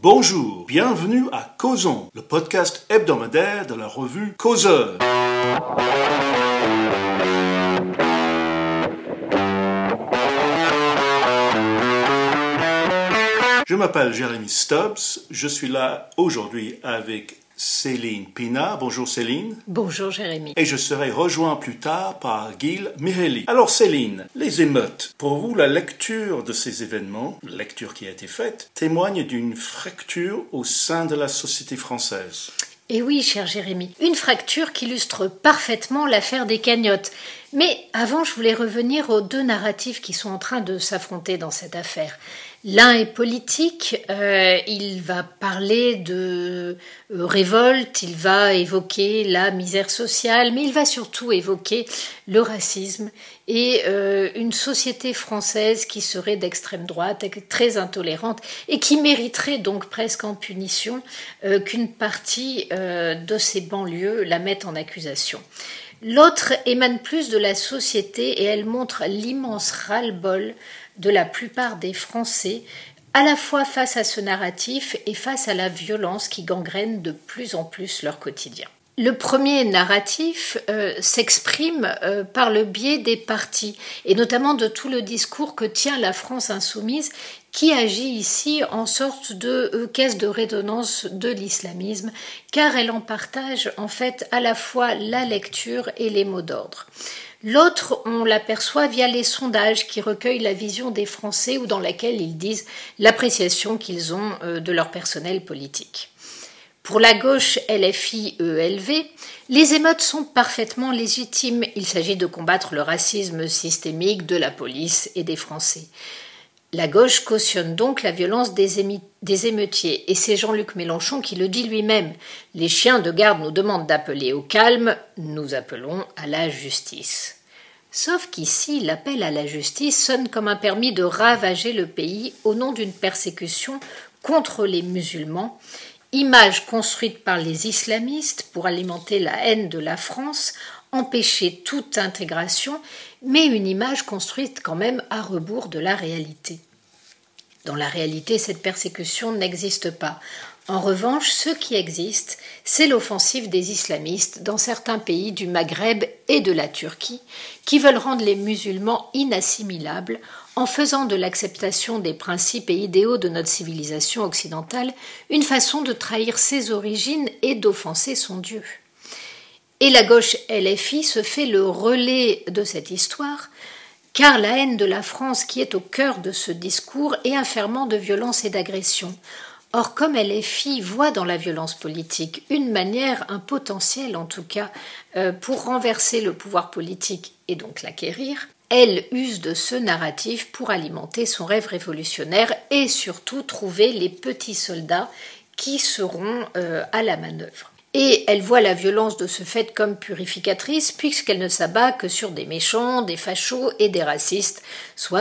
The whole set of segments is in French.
Bonjour, bienvenue à Causons, le podcast hebdomadaire de la revue Causeur. Je m'appelle Jérémy Stubbs, je suis là aujourd'hui avec Céline Pina. Bonjour Céline. Bonjour Jérémy. Et je serai rejoint plus tard par Gilles Mireilli. Alors Céline, les émeutes. Pour vous, la lecture de ces événements, la lecture qui a été faite, témoigne d'une fracture au sein de la société française. Et oui, cher Jérémy, une fracture qui illustre parfaitement l'affaire des cagnottes. Mais avant, je voulais revenir aux deux narratifs qui sont en train de s'affronter dans cette affaire. L'un est politique, il va parler de révolte, il va évoquer la misère sociale, mais il va surtout évoquer le racisme et une société française qui serait d'extrême droite, très intolérante et qui mériterait donc presque en punition qu'une partie de ces banlieues la mette en accusation. L'autre émane plus de la société et elle montre l'immense ras-le-bol de la plupart des Français, à la fois face à ce narratif et face à la violence qui gangrène de plus en plus leur quotidien. Le premier narratif s'exprime par le biais des partis, et notamment de tout le discours que tient la France insoumise, qui agit ici en sorte de caisse de résonance de l'islamisme, car elle en partage en fait à la fois la lecture et les mots d'ordre. L'autre, on l'aperçoit via les sondages qui recueillent la vision des Français ou dans laquelle ils disent l'appréciation qu'ils ont de leur personnel politique. Pour la gauche LFI-ELV, les émeutes sont parfaitement légitimes. Il s'agit de combattre le racisme systémique de la police et des Français. La gauche cautionne donc la violence des émeutiers, et c'est Jean-Luc Mélenchon qui le dit lui-même. Les chiens de garde nous demandent d'appeler au calme, nous appelons à la justice. Sauf qu'ici, l'appel à la justice sonne comme un permis de ravager le pays au nom d'une persécution contre les musulmans, image construite par les islamistes pour alimenter la haine de la France, empêcher toute intégration, mais une image construite quand même à rebours de la réalité. Dans la réalité, cette persécution n'existe pas. En revanche, ce qui existe, c'est l'offensive des islamistes dans certains pays du Maghreb et de la Turquie, qui veulent rendre les musulmans inassimilables en faisant de l'acceptation des principes et idéaux de notre civilisation occidentale une façon de trahir ses origines et d'offenser son Dieu. Et la gauche LFI se fait le relais de cette histoire, car la haine de la France qui est au cœur de ce discours est un ferment de violence et d'agression. Or, comme LFI voit dans la violence politique une manière, un potentiel en tout cas, pour renverser le pouvoir politique et donc l'acquérir, elle use de ce narratif pour alimenter son rêve révolutionnaire et surtout trouver les petits soldats qui seront à la manœuvre. Et elle voit la violence de ce fait comme purificatrice puisqu'elle ne s'abat que sur des méchants, des fachos et des racistes, soit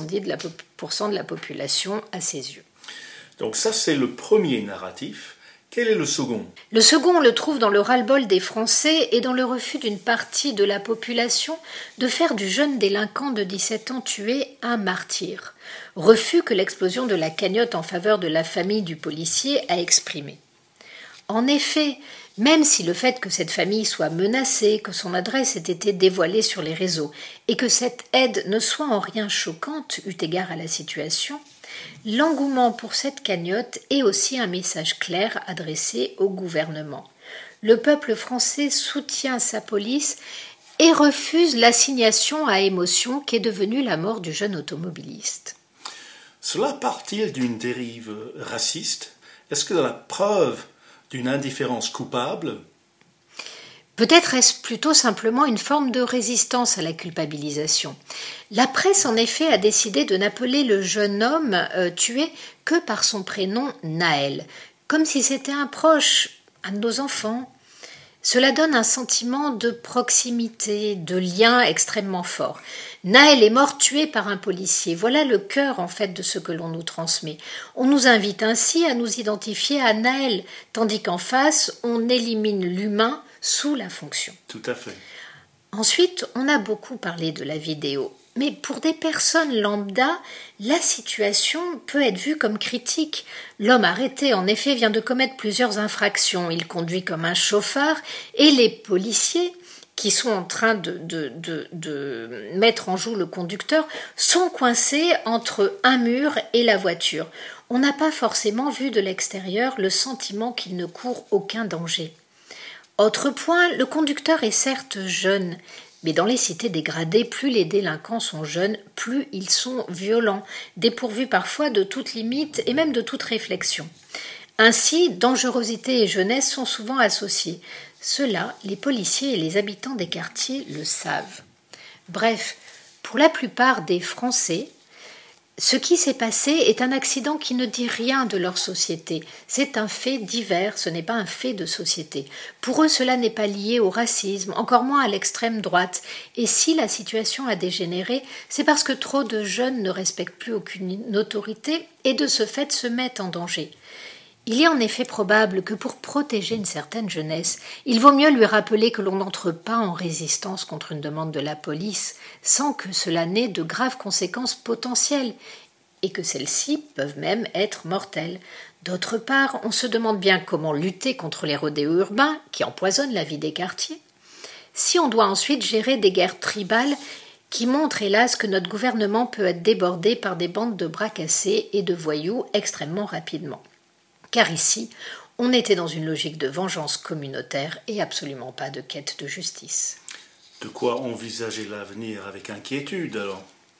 70% de la population à ses yeux. Donc ça c'est le premier narratif. Quel est le second ? Le second, on le trouve dans le ras-le-bol des Français et dans le refus d'une partie de la population de faire du jeune délinquant de 17 ans tué un martyr. Refus que l'explosion de la cagnotte en faveur de la famille du policier a exprimé. En effet, même si le fait que cette famille soit menacée, que son adresse ait été dévoilée sur les réseaux et que cette aide ne soit en rien choquante eu égard à la situation, l'engouement pour cette cagnotte est aussi un message clair adressé au gouvernement. Le peuple français soutient sa police et refuse l'assignation à émotion qu'est devenue la mort du jeune automobiliste. Cela part-il d'une dérive raciste ? Est-ce que la preuve d'une indifférence coupable ? Peut-être est-ce plutôt simplement une forme de résistance à la culpabilisation. La presse, en effet, a décidé de n'appeler le jeune homme tué que par son prénom Naël, comme si c'était un proche, un de nos enfants. Cela donne un sentiment de proximité, de lien extrêmement fort. Naël est mort tué par un policier. Voilà le cœur en fait de ce que l'on nous transmet. On nous invite ainsi à nous identifier à Naël, tandis qu'en face, on élimine l'humain sous la fonction. Tout à fait. Ensuite, on a beaucoup parlé de la vidéo. Mais pour des personnes lambda, la situation peut être vue comme critique. L'homme arrêté, en effet, vient de commettre plusieurs infractions. Il conduit comme un chauffard et les policiers, qui sont en train de mettre en joue le conducteur, sont coincés entre un mur et la voiture. On n'a pas forcément vu de l'extérieur le sentiment qu'il ne court aucun danger. Autre point, le conducteur est certes jeune, mais dans les cités dégradées, plus les délinquants sont jeunes, plus ils sont violents, dépourvus parfois de toute limite et même de toute réflexion. Ainsi, dangerosité et jeunesse sont souvent associés. Cela, les policiers et les habitants des quartiers le savent. Bref, pour la plupart des Français, ce qui s'est passé est un accident qui ne dit rien de leur société. C'est un fait divers, ce n'est pas un fait de société. Pour eux, cela n'est pas lié au racisme, encore moins à l'extrême droite. Et si la situation a dégénéré, c'est parce que trop de jeunes ne respectent plus aucune autorité et de ce fait se mettent en danger. Il est en effet probable que pour protéger une certaine jeunesse, il vaut mieux lui rappeler que l'on n'entre pas en résistance contre une demande de la police sans que cela n'ait de graves conséquences potentielles et que celles-ci peuvent même être mortelles. D'autre part, on se demande bien comment lutter contre les rodéos urbains qui empoisonnent la vie des quartiers. Si on doit ensuite gérer des guerres tribales qui montrent hélas que notre gouvernement peut être débordé par des bandes de bras cassés et de voyous extrêmement rapidement. Car ici, on était dans une logique de vengeance communautaire et absolument pas de quête de justice. De quoi envisager l'avenir avec inquiétude alors ?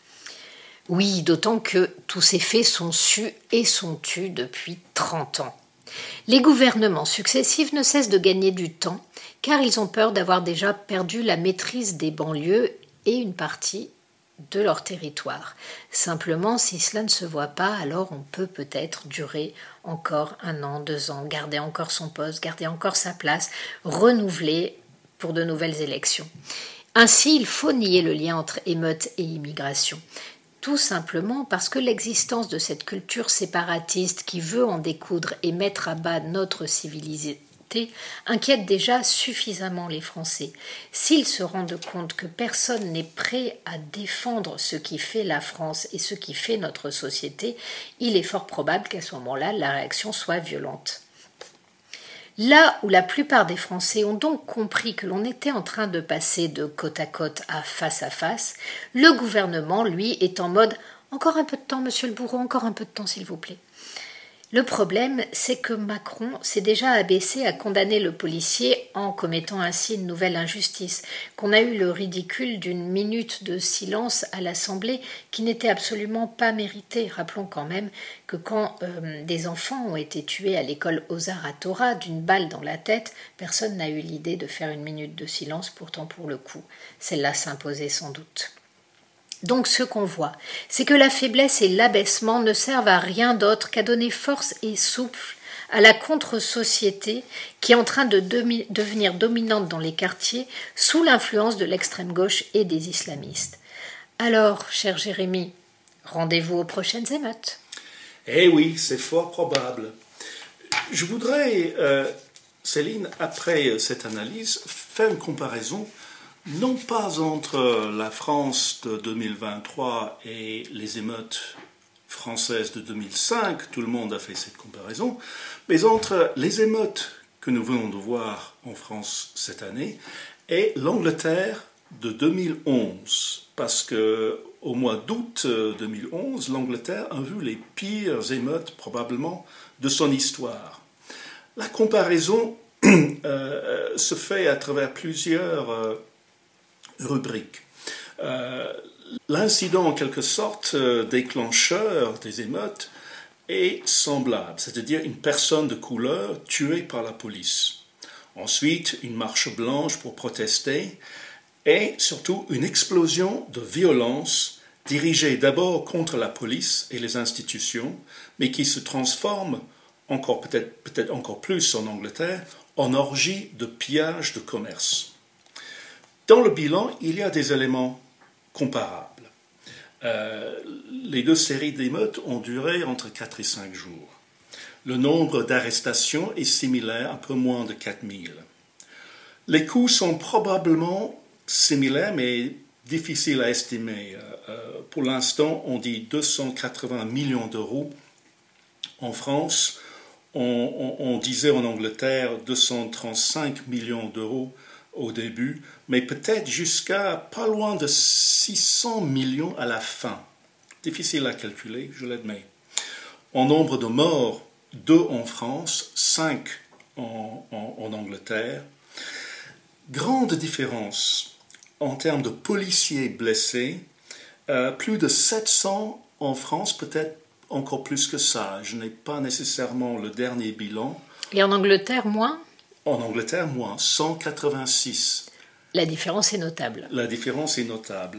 Oui, d'autant que tous ces faits sont sus et sont tus depuis 30 ans. Les gouvernements successifs ne cessent de gagner du temps, car ils ont peur d'avoir déjà perdu la maîtrise des banlieues et une partie de leur territoire. Simplement, si cela ne se voit pas, alors on peut peut-être durer encore 1 an, 2 ans, garder encore son poste, garder encore sa place, renouveler pour de nouvelles élections. Ainsi, il faut nier le lien entre émeute et immigration. Tout simplement parce que l'existence de cette culture séparatiste qui veut en découdre et mettre à bas notre civilisation inquiète déjà suffisamment les Français. S'ils se rendent compte que personne n'est prêt à défendre ce qui fait la France et ce qui fait notre société, il est fort probable qu'à ce moment-là, la réaction soit violente. Là où la plupart des Français ont donc compris que l'on était en train de passer de côte à côte à face, le gouvernement, lui, est en mode « Encore un peu de temps, monsieur le bourreau, encore un peu de temps, s'il vous plaît ». Le problème, c'est que Macron s'est déjà abaissé à condamner le policier en commettant ainsi une nouvelle injustice, qu'on a eu le ridicule d'une minute de silence à l'Assemblée qui n'était absolument pas méritée. Rappelons quand même que quand des enfants ont été tués à l'école Ozar à Torah d'une balle dans la tête, personne n'a eu l'idée de faire une minute de silence, pourtant pour le coup, celle-là s'imposait sans doute. Donc ce qu'on voit, c'est que la faiblesse et l'abaissement ne servent à rien d'autre qu'à donner force et souffle à la contre-société qui est en train de devenir dominante dans les quartiers sous l'influence de l'extrême gauche et des islamistes. Alors, cher Jérémy, rendez-vous aux prochaines émeutes. Eh oui, c'est fort probable. Je voudrais, Céline, après cette analyse, faire une comparaison non pas entre la France de 2023 et les émeutes françaises de 2005, tout le monde a fait cette comparaison, mais entre les émeutes que nous venons de voir en France cette année et l'Angleterre de 2011. Parce qu'au mois d'août 2011, l'Angleterre a vu les pires émeutes probablement de son histoire. La comparaison se fait à travers plusieurs rubrique. L'incident, en quelque sorte, déclencheur des émeutes est semblable, c'est-à-dire une personne de couleur tuée par la police. Ensuite, une marche blanche pour protester et surtout une explosion de violence dirigée d'abord contre la police et les institutions, mais qui se transforme encore peut-être encore plus en Angleterre en orgie de pillage de commerce. Dans le bilan, il y a des éléments comparables. Les 2 séries d'émeutes ont duré entre 4 et 5 jours. Le nombre d'arrestations est similaire, un peu moins de 4000. Les coûts sont probablement similaires, mais difficile à estimer. Pour l'instant, on dit 280 millions d'euros. En France, on disait en Angleterre 235 millions d'euros au début, mais peut-être jusqu'à pas loin de 600 millions à la fin. Difficile à calculer, je l'admets. En nombre de morts, 2 en France, 5 en Angleterre. Grande différence en termes de policiers blessés, plus de 700 en France, peut-être encore plus que ça. Je n'ai pas nécessairement le dernier bilan. Et en Angleterre, moins ? En Angleterre, moins, 186. La différence est notable. La différence est notable.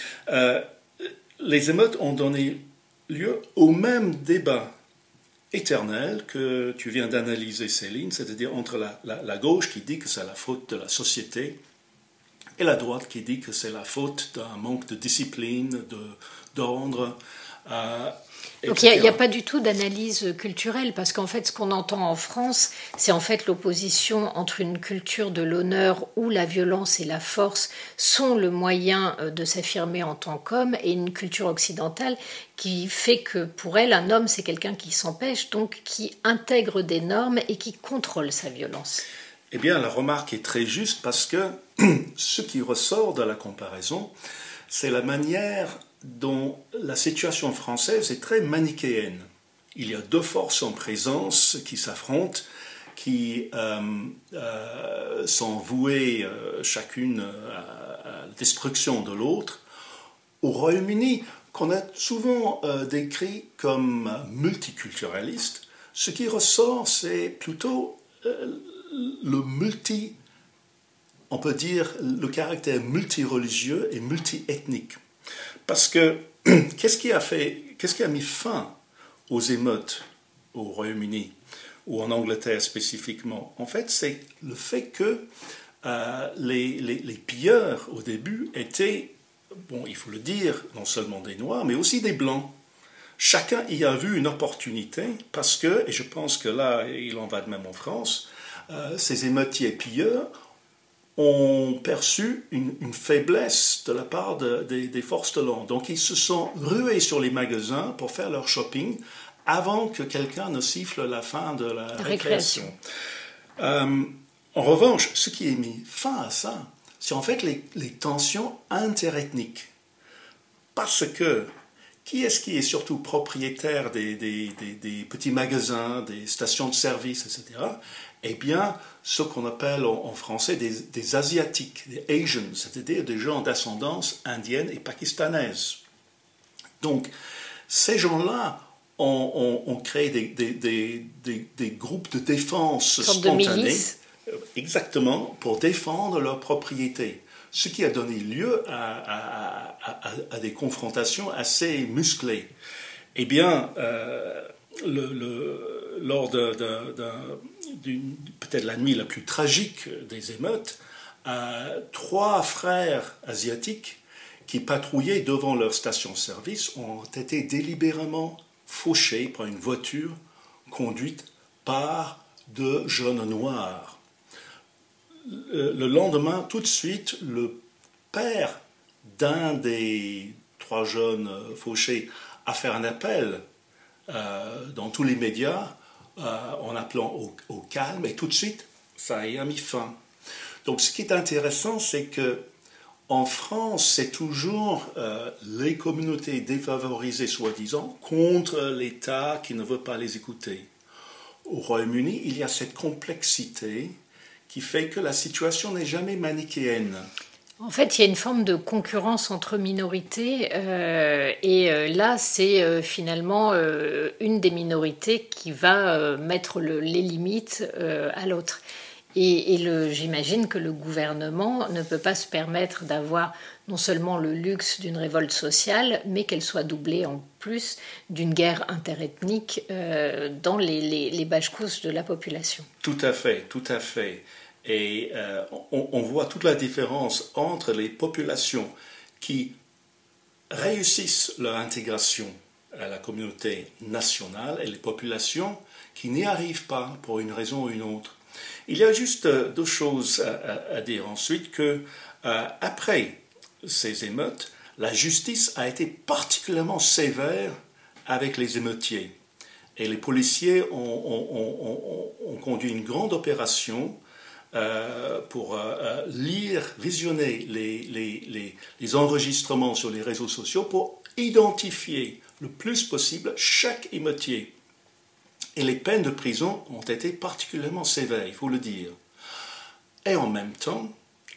Les émeutes ont donné lieu au même débat éternel que tu viens d'analyser, Céline, c'est-à-dire entre la gauche qui dit que c'est la faute de la société et la droite qui dit que c'est la faute d'un manque de discipline, d'ordre. Donc il n'y a pas du tout d'analyse culturelle, parce qu'en fait ce qu'on entend en France, c'est en fait l'opposition entre une culture de l'honneur où la violence et la force sont le moyen de s'affirmer en tant qu'homme, et une culture occidentale qui fait que pour elle un homme c'est quelqu'un qui s'empêche, donc qui intègre des normes et qui contrôle sa violence. Eh bien la remarque est très juste, parce que ce qui ressort de la comparaison, c'est la manière dont la situation française est très manichéenne. Il y a 2 forces en présence qui s'affrontent, qui sont vouées chacune à la destruction de l'autre. Au Royaume-Uni, qu'on a souvent décrit comme multiculturaliste, ce qui ressort, c'est plutôt on peut dire le caractère multireligieux et multiethnique. Parce que qu'est-ce qui a mis fin aux émeutes au Royaume-Uni ou en Angleterre spécifiquement? En fait, c'est le fait que les pilleurs au début étaient, bon, il faut le dire, non seulement des Noirs, mais aussi des Blancs. Chacun y a vu une opportunité parce que, et je pense que là, il en va de même en France, ces émeutiers pilleurs ont perçu une faiblesse de la part des forces de l'ordre. Donc ils se sont rués sur les magasins pour faire leur shopping avant que quelqu'un ne siffle la fin de la récréation. En revanche, ce qui est mis fin à ça, c'est en fait les tensions interethniques. Parce que qui est surtout propriétaire des petits magasins, des stations de service, etc. Eh bien, ce qu'on appelle en français des Asiatiques, des Asians, c'est-à-dire des gens d'ascendance indienne et pakistanaise. Donc, ces gens-là ont créé des groupes de défense spontanés, exactement, pour défendre leur propriété. Ce qui a donné lieu à des confrontations assez musclées. Eh bien, lors peut-être la nuit la plus tragique des émeutes, 3 frères asiatiques qui patrouillaient devant leur station-service ont été délibérément fauchés par une voiture conduite par 2 jeunes noirs. Le lendemain, tout de suite, le père d'un des 3 jeunes fauchés a fait un appel dans tous les médias en appelant au calme, et tout de suite, ça y a mis fin. Donc ce qui est intéressant, c'est que en France, c'est toujours les communautés défavorisées, soi-disant, contre l'État qui ne veut pas les écouter. Au Royaume-Uni, il y a cette complexité qui fait que la situation n'est jamais manichéenne. En fait, il y a une forme de concurrence entre minorités et là, c'est finalement une des minorités qui va mettre les limites à l'autre. Et j'imagine que le gouvernement ne peut pas se permettre d'avoir non seulement le luxe d'une révolte sociale, mais qu'elle soit doublée en plus d'une guerre interethnique dans les bas couches de la population. Tout à fait, tout à fait. Et on voit toute la différence entre les populations qui réussissent leur intégration à la communauté nationale et les populations qui n'y arrivent pas pour une raison ou une autre. Il y a juste 2 choses à dire ensuite, que après ces émeutes, la justice a été particulièrement sévère avec les émeutiers. Et les policiers ont conduit une grande opération pour visionner les enregistrements sur les réseaux sociaux pour identifier le plus possible chaque émeutier. Et les peines de prison ont été particulièrement sévères, il faut le dire. Et en même temps,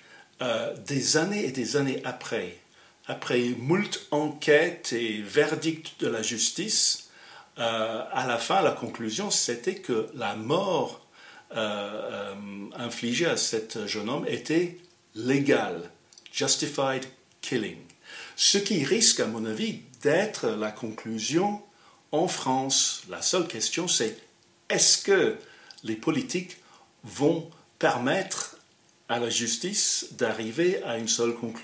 des années et des années après moult enquêtes et verdicts de la justice, à la fin, la conclusion, c'était que la mort infligée à cet jeune homme était légale, justified killing. Ce qui risque, à mon avis, d'être la conclusion en France. La seule question, c'est est-ce que les politiques vont permettre à la justice d'arriver à une seule conclusion ?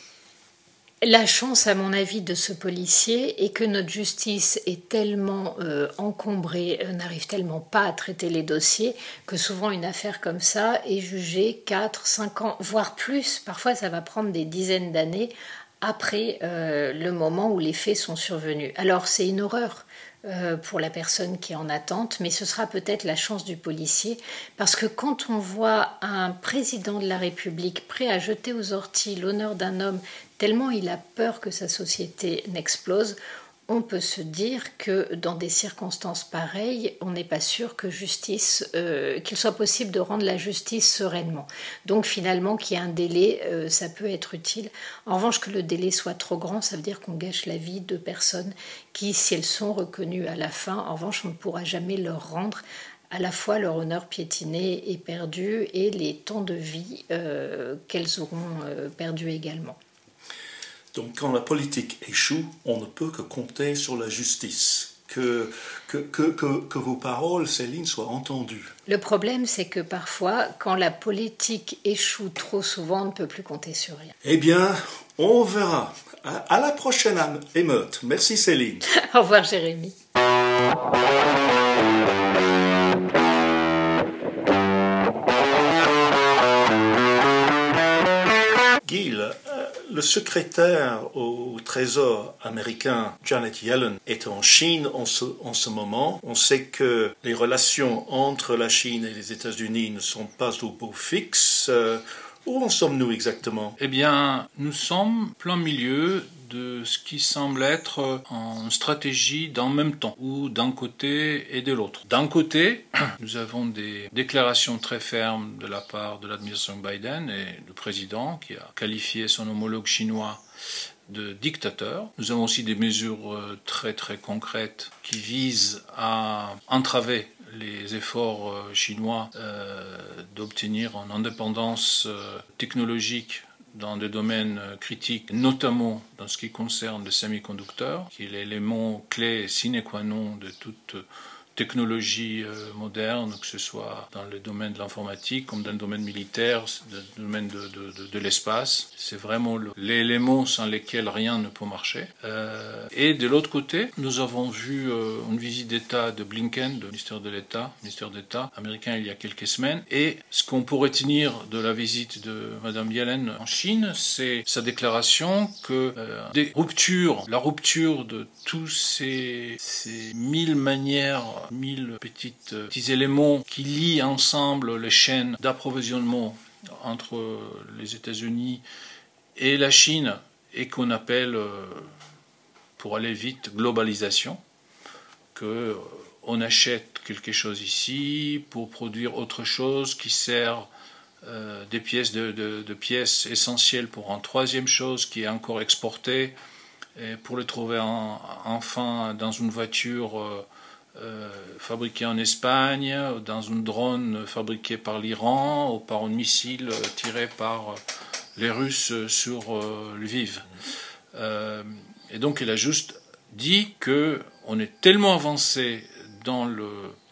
La chance, à mon avis, de ce policier est que notre justice est tellement encombrée, n'arrive tellement pas à traiter les dossiers, que souvent une affaire comme ça est jugée 4, 5 ans, voire plus. Parfois, ça va prendre des dizaines d'années après le moment où les faits sont survenus. Alors, c'est une horreur pour la personne qui est en attente, mais ce sera peut-être la chance du policier, parce que quand on voit un président de la République prêt à jeter aux orties l'honneur d'un homme tellement il a peur que sa société n'explose, on peut se dire que dans des circonstances pareilles, on n'est pas sûr que qu'il soit possible de rendre la justice sereinement. Donc finalement, qu'il y ait un délai, ça peut être utile. En revanche, que le délai soit trop grand, ça veut dire qu'on gâche la vie de personnes qui, si elles sont reconnues à la fin, en revanche, on ne pourra jamais leur rendre à la fois leur honneur piétiné et perdu et les temps de vie qu'elles auront perdus également. Donc quand la politique échoue, on ne peut que compter sur la justice. Que vos paroles, Céline, soient entendues. Le problème, c'est que parfois, quand la politique échoue trop souvent, on ne peut plus compter sur rien. Eh bien, on verra. À la prochaine émeute. Merci Céline. Au revoir Jérémy. Gilles, le secrétaire au Trésor américain, Janet Yellen, est en Chine en ce moment. On sait que les relations entre la Chine et les États-Unis ne sont pas au beau fixe. Où en sommes-nous exactement ? Eh bien, nous sommes plein milieu de ce qui semble être en stratégie d'un même temps, ou d'un côté et de l'autre. D'un côté, nous avons des déclarations très fermes de la part de l'administration Biden et du président qui a qualifié son homologue chinois de dictateur. Nous avons aussi des mesures très très concrètes qui visent à entraver les efforts chinois d'obtenir une indépendance technologique dans des domaines critiques, notamment dans ce qui concerne les semi-conducteurs, qui est l'élément clé sine qua non de toute technologie moderne, que ce soit dans le domaine de l'informatique, comme dans le domaine militaire, dans le domaine de l'espace. C'est vraiment l'élément sans lequel rien ne peut marcher. Et de l'autre côté, nous avons vu une visite d'État de Blinken, le ministère d'État américain, il y a quelques semaines. Et ce qu'on pourrait tenir de la visite de Mme Yellen en Chine, c'est sa déclaration que la rupture de tous ces 1000 manières, 1000 petits éléments qui lient ensemble les chaînes d'approvisionnement entre les États-Unis et la Chine et qu'on appelle, pour aller vite, globalisation, qu'on achète quelque chose ici pour produire autre chose qui sert des pièces de pièces essentielles pour une troisième chose qui est encore exportée et pour le trouver enfin dans une voiture fabriqué en Espagne, dans une drone fabriquée par l'Iran ou par un missile tiré par les Russes sur Lviv. Et donc il a juste dit qu'on est tellement avancé dans le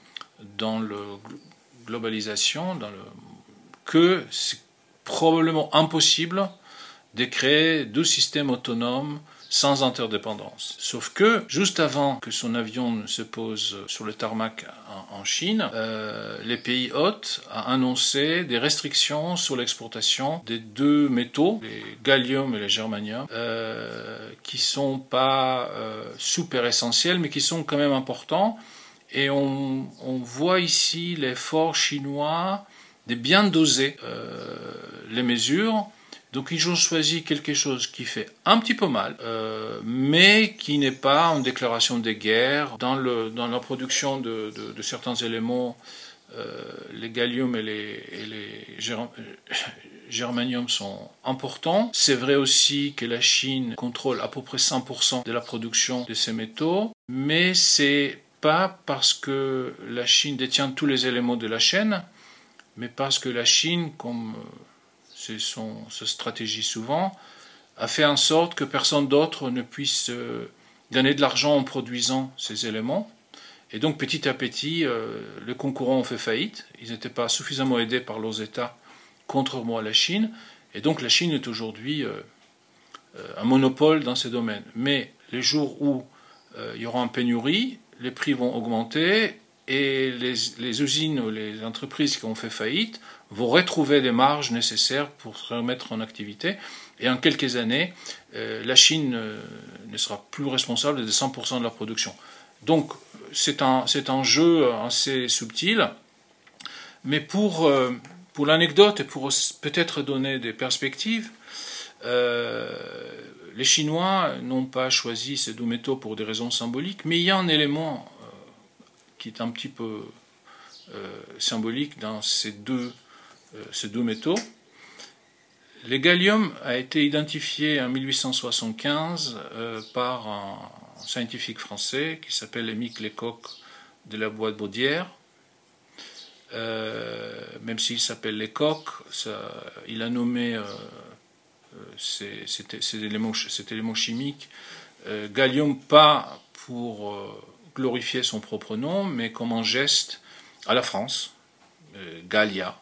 globalisation, que c'est probablement impossible de créer deux systèmes autonomes sans interdépendance. Sauf que, juste avant que son avion ne se pose sur le tarmac en Chine, les pays hôtes ont annoncé des restrictions sur l'exportation des deux métaux, les gallium et les germanium, qui sont pas super essentiels, mais qui sont quand même importants. Et on voit ici l'effort chinois de bien doser les mesures. Donc ils ont choisi quelque chose qui fait un petit peu mal, mais qui n'est pas une déclaration de guerre. Dans la production de certains éléments, les gallium et les germanium sont importants. C'est vrai aussi que la Chine contrôle à peu près 100% de la production de ces métaux, mais c'est pas parce que la Chine détient tous les éléments de la chaîne, mais parce que la Chine, comme c'est sa stratégie souvent, a fait en sorte que personne d'autre ne puisse gagner de l'argent en produisant ces éléments. Et donc petit à petit, les concurrents ont fait faillite. Ils n'étaient pas suffisamment aidés par leurs États, contrairement à la Chine. Et donc la Chine est aujourd'hui un monopole dans ces domaines. Mais les jours où il y aura une pénurie, les prix vont augmenter et les usines ou les entreprises qui ont fait faillite vont retrouver les marges nécessaires pour se remettre en activité. Et en quelques années, la Chine ne sera plus responsable de 100% de la production. Donc c'est un jeu assez subtil. Mais pour l'anecdote et pour peut-être donner des perspectives, les Chinois n'ont pas choisi ces deux métaux pour des raisons symboliques, mais il y a un élément qui est un petit peu symbolique dans ces deux métaux. Le gallium a été identifié en 1875 par un scientifique français qui s'appelle Émile Lecoq de la Bois-de-Baudière. Même s'il s'appelle Lecoq, il a nommé cet élément chimique gallium pas pour glorifier son propre nom, mais comme un geste à la France, Gallia.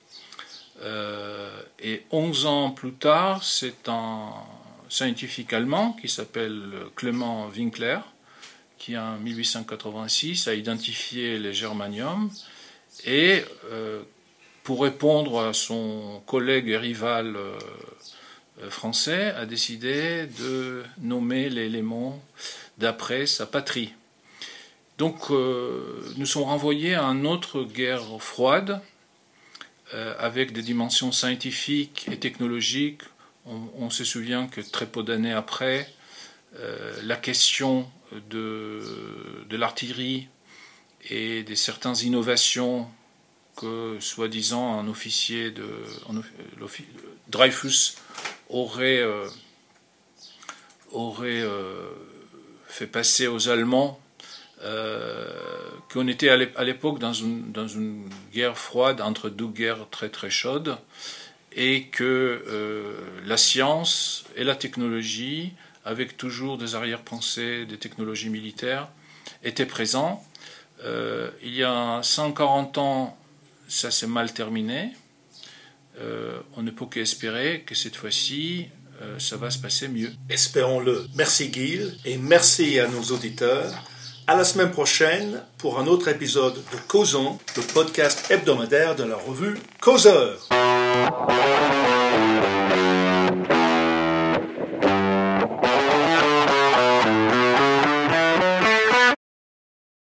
Et 11 ans plus tard, c'est un scientifique allemand qui s'appelle Clément Winkler, qui en 1886 a identifié les germaniums et pour répondre à son collègue et rival français, a décidé de nommer l'élément d'après sa patrie. Donc nous sommes renvoyés à une autre guerre froide avec des dimensions scientifiques et technologiques. On se souvient que très peu d'années après, la question de l'artillerie et de certaines innovations que, soi-disant, un officier Dreyfus aurait fait passer aux Allemands, qu'on était à l'époque dans une guerre froide entre deux guerres très très chaudes, et que la science et la technologie, avec toujours des arrière-pensées des technologies militaires, étaient présents. Il y a 140 ans, ça s'est mal terminé. On ne peut qu'espérer que cette fois-ci, ça va se passer mieux. Espérons-le. Merci Gilles et merci à nos auditeurs. À la semaine prochaine pour un autre épisode de Causons, le podcast hebdomadaire de la revue Causeur.